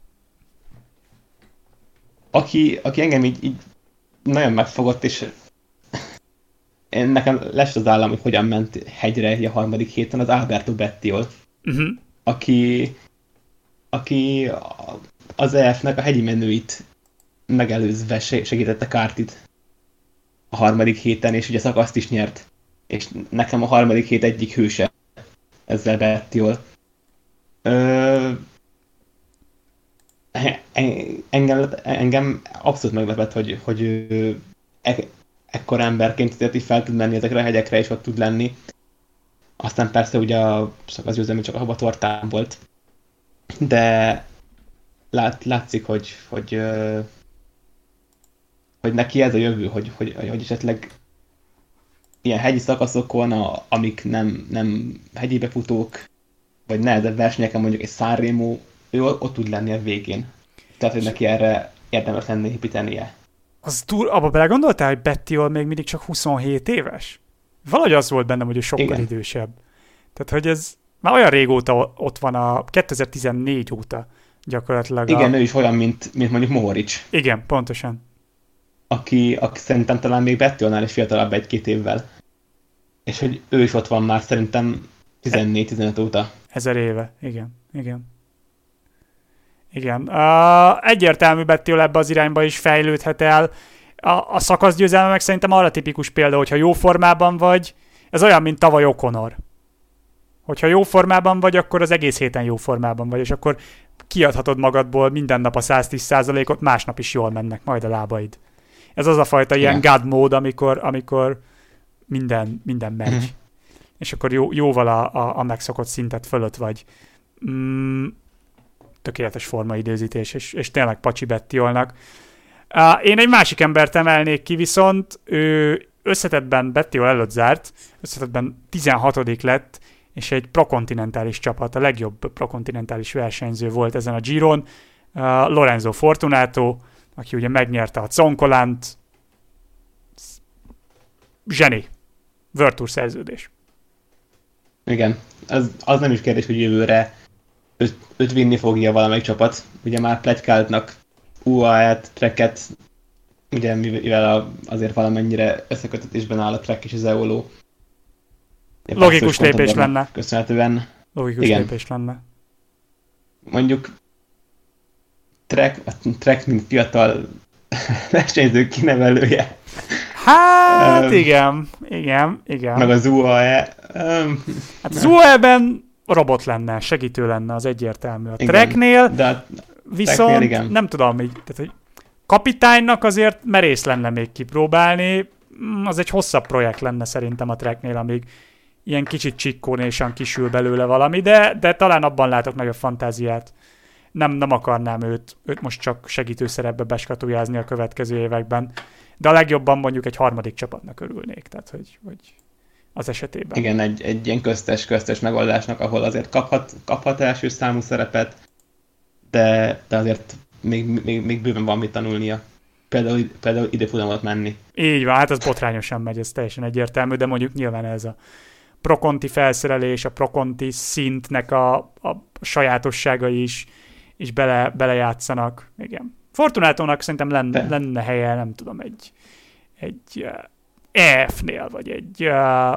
Aki, aki engem így, így nagyon megfogott, és én nekem lesz az állam, hogy hogyan ment hegyre a harmadik héten, az Alberto Bettiol, uh-huh. aki, aki az é ef-nek a hegyi menőit megelőzve segítette Kártit a harmadik héten, és ugye szakaszt is nyert. És nekem a harmadik hét egyik hőse ezzel Bettiol. Ö... Engem, engem abszolút meglepett, hogy, hogy e, ekkora emberként azért így fel tud menni ezekre a hegyekre, és ott tud lenni. Aztán persze ugye a szakaszgyőzelem csak a habatortán volt. De lát, látszik, hogy, hogy, hogy neki ez a jövő, hogy, hogy, hogy esetleg ilyen hegyi szakaszokon, a, amik nem, nem hegyi befutók, vagy nehezebb versenyeken, mondjuk egy Sanremo, ő ott tud lenni a végén. Tehát, hogy neki erre érdemes lenne építenie. Az túl, abba belegondoltál, hogy Bettiol még mindig csak huszonhét éves? Valahogy az volt bennem, hogy ő sokkal Igen. idősebb. Tehát, hogy ez már olyan régóta ott van, a kétezer-tizennégy óta gyakorlatilag. Igen, a... ő is olyan, mint, mint mondjuk Mohoric. Igen, pontosan. Aki, aki szerintem talán még Bettiolnál is fiatalabb egy-két évvel. És hogy ő is ott van már szerintem tizennégy-tizenöt óta. Ezer éve, igen, igen. Igen. Uh, egyértelmű Bettiol ebbe az irányba is fejlődhet el. A, a szakaszgyőzelme meg szerintem arra tipikus példa, hogyha jó formában vagy, ez olyan, mint tavaly O'Connor. Hogyha jó formában vagy, akkor az egész héten jó formában vagy, és akkor kiadhatod magadból minden nap a száz tíz százalékot, másnap is jól mennek majd a lábaid. Ez az a fajta yeah. ilyen God mód, amikor, amikor minden, minden megy. Mm-hmm. És akkor jó, jóval a, a, a megszokott szintet fölött vagy. Mm, tökéletes formaidőzítés, és, és tényleg Pacsi Bettiolnak. Uh, én egy másik embert emelnék ki, viszont ő összetettben Bettiol előtt zárt, összetettben tizenhatodik lett, és egy prokontinentális csapat, a legjobb prokontinentális versenyző volt ezen a Giron, uh, Lorenzo Fortunato, aki ugye megnyerte a Zoncolant. Zseni. World Tour szerződés. Igen, az, az nem is kérdés, hogy jövőre őt, őt vinni fogja valamelyik csapat. Ugye már pletykáltnak u á é-t, Treket, ugye mivel a, azért valamennyire összekötetésben áll a Trek és az Eolo. Logikus lépés lenne. Köszönhetően. Logikus Igen. lépés lenne. Mondjuk Trek, a Trek mint fiatal versenyző kinevelője. Hát um, igen, igen, igen. Meg az u á é. Um, hát az u á é-ben robot lenne, segítő lenne, az egyértelmű. A Treknél de viszont treknél, igen. nem tudom, így, tehát, hogy kapitánynak azért merész lenne még kipróbálni, az egy hosszabb projekt lenne szerintem a Treknél, amíg ilyen kicsit csikkónésan kisül belőle valami, de, de talán abban látok nagyobb fantáziát. Nem, nem akarnám őt, őt most csak segítő szerepbe beskatujázni a következő években, de a legjobban mondjuk egy harmadik csapatnak örülnék, tehát hogy, hogy az esetében. Igen, egy, egy ilyen köztes, köztes megoldásnak, ahol azért kaphat, kaphat első számú szerepet, de, de azért még, még, még bőven van mit tanulnia. Például, például ide futamot menni. Így van, hát az botrányosan megy, ez teljesen egyértelmű, de mondjuk nyilván ez a prokonti felszerelés, a prokonti szintnek a, a sajátosságai is, is bele, belejátszanak. Igen. Fortunátónak szerintem lenne, lenne helye, nem tudom, egy, egy uh, é ef-nél, vagy egy uh,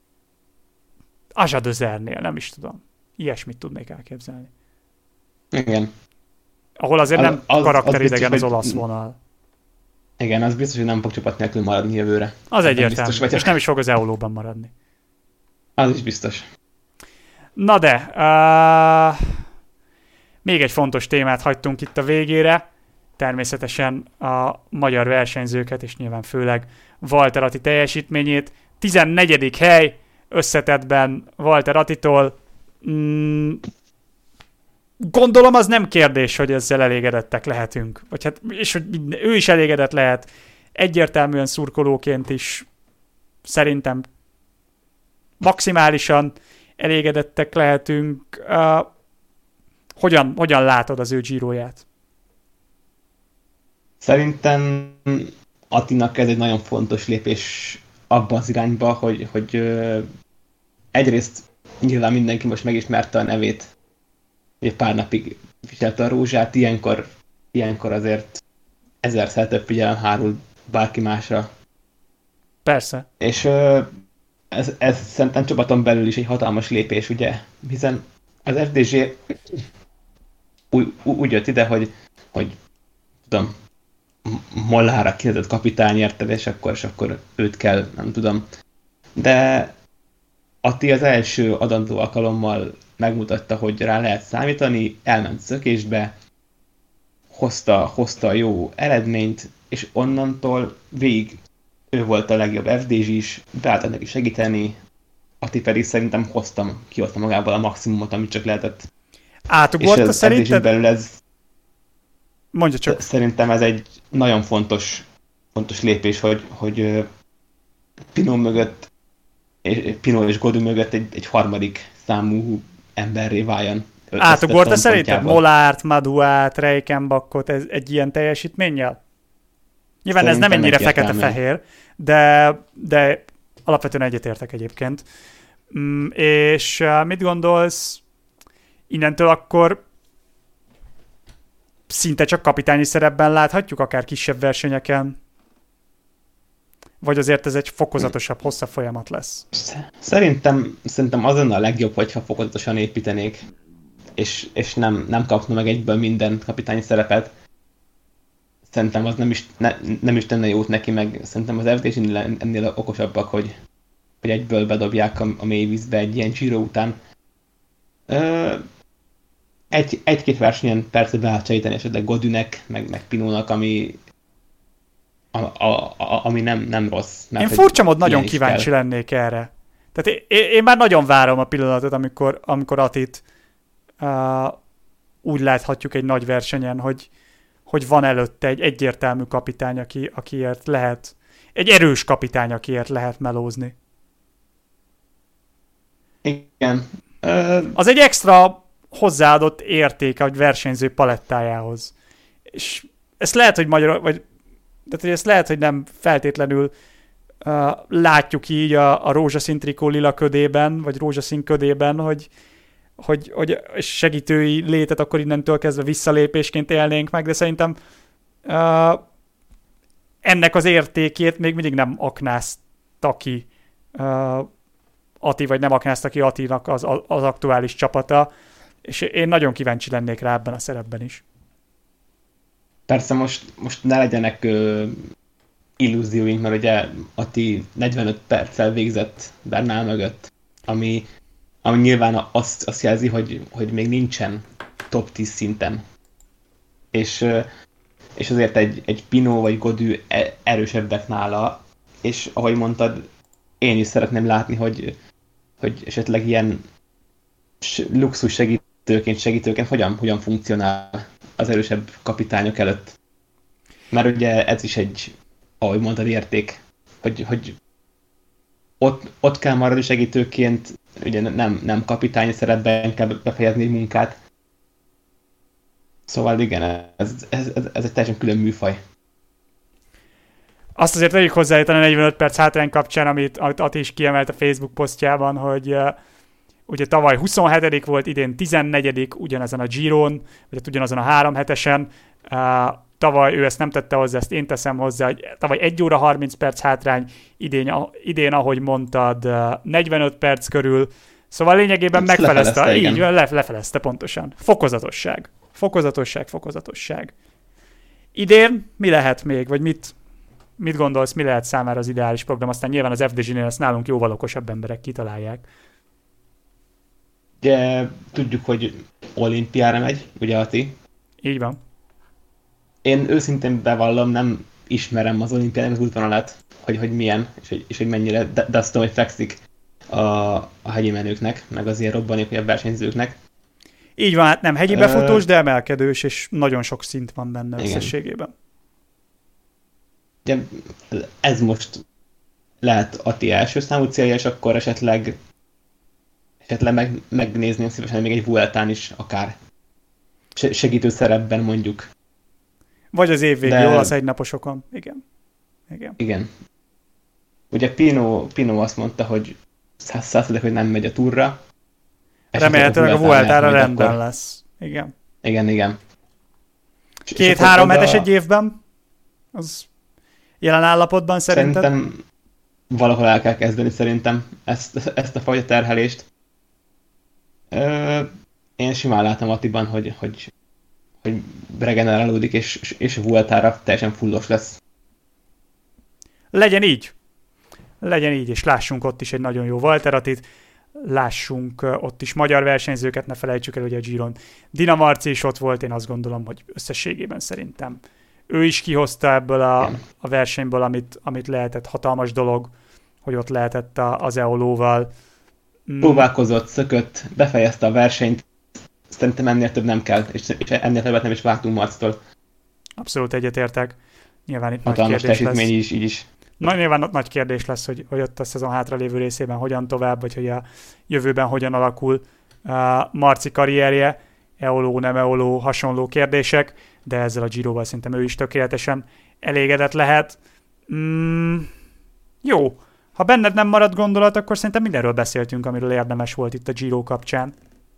Aja Dözernél, nem is tudom. Ilyesmit tudnék elképzelni. Igen. Ahol azért az, nem az, karakteridegen az, az olasz vonal. Igen, az biztos, hogy nem fog csapat nélkül maradni jövőre. Az egyértelmű, biztos, vagy... és nem is fog az Eolóban maradni. Az is biztos. Na de, uh, még egy fontos témát hagytunk itt a végére. Természetesen a magyar versenyzőket, és nyilván főleg Walter Atti teljesítményét. tizennegyedik hely összetettben Walter Attitól. Mm, gondolom az nem kérdés, hogy ezzel elégedettek lehetünk. Vagy hát, és hogy ő is elégedett lehet. Egyértelműen szurkolóként is szerintem maximálisan elégedettek lehetünk. Uh, hogyan, hogyan látod az ő Giróját? Szerintem Attinak ez egy nagyon fontos lépés abban az irányba, hogy, hogy ö, egyrészt nyilván mindenki most megismerte a nevét, egy pár napig viselte a rózsát, ilyenkor, ilyenkor azért ezerszer több figyelem hárul bárki másra. Persze. És ö, ez, ez szerintem csapaton belül is egy hatalmas lépés, ugye, hiszen az ef dé zé úgy, úgy jött ide, hogy, hogy tudom, Mollára kinevezett kapitány érted, és akkor, és akkor őt kell, nem tudom. De Atti az első adandó alkalommal megmutatta, hogy rá lehet számítani, elment szökésbe, hozta, hozta a jó eredményt, és onnantól végig ő volt a legjobb ef dé zé is, beállt neki segíteni, Atti pedig szerintem hoztam, kihozta magából a maximumot, amit csak lehetett. Átugorta szerinted? Belül ez, mondja csak. Szerintem ez egy nagyon fontos, fontos lépés, hogy, hogy Pinot mögött, Pinot és Gaudu mögött egy, egy harmadik számú emberré váljon. Átugorta szerinted Molárt, Maduát, Reichenbachot ez egy ilyen teljesítménnyel? Nyilván szerintem ez nem ennyire fekete-fehér, de, de alapvetően egyetértek egyébként. Mm, és mit gondolsz innentől akkor szinte csak kapitányi szerepben láthatjuk, akár kisebb versenyeken? Vagy azért ez egy fokozatosabb, hosszabb folyamat lesz? Szerintem, szerintem az lenne a legjobb, hogyha fokozatosan építenék, és, és nem, nem kapna meg egyből minden kapitányi szerepet. Szerintem az nem is, ne, nem is tenne jót neki, meg szerintem az ef dé zé-nél ennél okosabbak, hogy, hogy egyből bedobják a, a mély vízbe egy ilyen Giro után. Ö, Egy, egy-két versenyen persze be lehet segíteni esetleg Gaudunek, meg, meg Pinónak, ami, a, a, a, ami nem, nem rossz. Én furcsa mód nagyon kíváncsi kell. lennék erre. Tehát én, én már nagyon várom a pillanatot, amikor, amikor Attit uh, úgy láthatjuk egy nagy versenyen, hogy, hogy van előtte egy egyértelmű kapitány, aki, akiért lehet, egy erős kapitány, akiért lehet melózni. Igen. Uh... Az egy extra hozzáadott értéke, vagy versenyző palettájához. És ezt lehet, hogy magyar, vagy tehát, hogy ezt lehet, hogy nem feltétlenül uh, látjuk így a, a rózsaszín trikó lila ködében, vagy rózsaszín ködében, hogy, hogy, hogy segítői létet akkor innentől kezdve visszalépésként élnénk meg, de szerintem uh, ennek az értékét még mindig nem aknázta ki uh, Ati, vagy nem aknázta ki Atinak az, az aktuális csapata, és én nagyon kíváncsi lennék rá ebben a szerepben is. Persze most, most ne legyenek ö, illúzióink, mert ugye Ati negyvenöt perccel végzett Bernal mögött, ami, ami nyilván azt, azt jelzi, hogy, hogy még nincsen top tíz szinten. És, ö, és azért egy, egy Pinot vagy Gaudu erősebbek nála, és ahogy mondtad, én is szeretném látni, hogy, hogy esetleg ilyen luxus segítőként, segítőként hogyan, hogyan funkcionál az erősebb kapitányok előtt. Mert ugye ez is egy, ahogy mondtad, érték, hogy, hogy ott, ott kell maradni segítőként, ugye nem, nem kapitányi szerepben kell befejezni egy munkát. Szóval igen, ez, ez, ez, ez egy teljesen külön műfaj. Azt azért tegyük hozzá itt a negyvenöt perc hátrány kapcsán, amit, amit Ati is kiemelt a Facebook posztjában, hogy uh, ugye tavaly huszonhetedik volt, idén tizennegyedik ugyanezen a Giron, vagy hát ugyanazon a három hetesen. Uh, tavaly ő ezt nem tette hozzá, ezt én teszem hozzá, hogy tavaly egy óra harminc perc hátrány, idén, idén ahogy mondtad, uh, negyvenöt perc körül. Szóval lényegében ezt megfelezte, lefelezte, így le, lefelezte pontosan. Fokozatosság. Fokozatosság, fokozatosság. Idén mi lehet még, vagy mit, mit gondolsz, mi lehet számára az ideális program? Aztán nyilván az ef dé zé-nél ezt nálunk jóval okosabb emberek kitalálják. Ugye tudjuk, hogy olimpiára megy, ugye Ati? Így van. Én őszintén bevallom, nem ismerem az olimpiának az útvonalát, hogy, hogy milyen, és hogy, és hogy mennyire, de, de azt tudom, hogy fekszik a, a hegyi menőknek, meg az ilyen robbanékonyabb versenyzőknek. Így van, hát nem hegyi befutós, de emelkedős, és nagyon sok szint van benne igen. összességében. Ugye, ez most lehet Atti első számú célja, és akkor esetleg esetleg meg, megnézném szívesen még egy Vueltán is akár segítő szerepben mondjuk. Vagy az évvégi de... olasz egynaposokon. Igen. Igen. Igen. Ugye Pino, Pino azt mondta, hogy száz százalék, hogy nem megy a túrra. Remélhetőleg a Vueltára rendben akkor... lesz. Igen. Igen, igen. Két-három hetes a... egy évben? Az jelen állapotban szerinted? Szerintem valahol el kell kezdeni szerintem ezt, ezt a fajta terhelést. Ö, én simán látom Attiban, hogy, hogy, hogy regenerálódik, és, és a Vueltára teljesen fullos lesz. Legyen így. Legyen így, és lássunk ott is egy nagyon jó Valteratit, lássunk ott is magyar versenyzőket, ne felejtsük el, hogy a Giron Dina Marci is ott volt, én azt gondolom, hogy összességében szerintem ő is kihozta ebből a, a versenyből, amit, amit lehetett, hatalmas dolog, hogy ott lehetett a, az Eolóval. Mm. Próbálkozott, szökött, befejezte a versenyt, szerintem ennél több nem kell, és, és ennél többet nem is vártunk Marctól. Abszolút egyetértek. Nyilván itt hatalmas nagy kérdés lesz. Is, így is. Na, nyilván ott nagy kérdés lesz, hogy, hogy ott a szezon hátralévő részében hogyan tovább, vagy hogy a jövőben hogyan alakul a Marci karrierje, Eoló, nem Eoló, hasonló kérdések, de ezzel a Giroval szerintem ő is tökéletesen elégedett lehet. Mm, jó, ha benned nem marad gondolat, akkor szerintem mindenről beszéltünk, amiről érdemes volt itt a Giro kapcsán.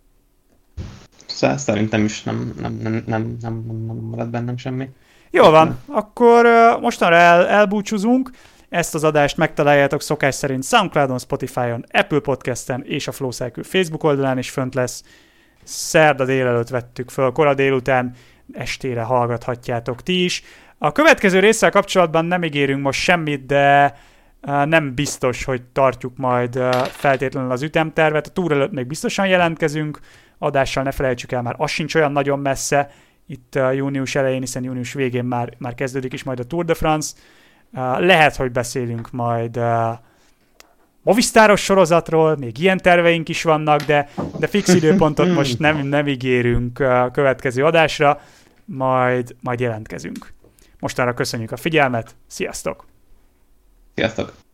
Szerintem is nem, nem, nem, nem, nem, nem marad bennem semmi. Jól van, akkor uh, mostanra el, elbúcsúzunk. Ezt az adást megtaláljátok szokás szerint Soundcloudon, Spotify-on, Apple Podcast-en és a Flowcycle Facebook oldalán is fönt lesz. Szerda délelőtt vettük föl, kora délután, estére hallgathatjátok ti is. A következő résszel kapcsolatban nem ígérünk most semmit, de uh, nem biztos, hogy tartjuk majd uh, feltétlenül az ütemtervet. A túr előtt még biztosan jelentkezünk, adással ne felejtsük el, már az sincs olyan nagyon messze, itt uh, június elején, hiszen június végén már, már kezdődik is majd a Tour de France. Uh, lehet, hogy beszélünk majd uh, Movistáros sorozatról, még ilyen terveink is vannak, de, de fix időpontot most nem, nem ígérünk a következő adásra, majd, majd jelentkezünk. Mostanra köszönjük a figyelmet, sziasztok! Sziasztok!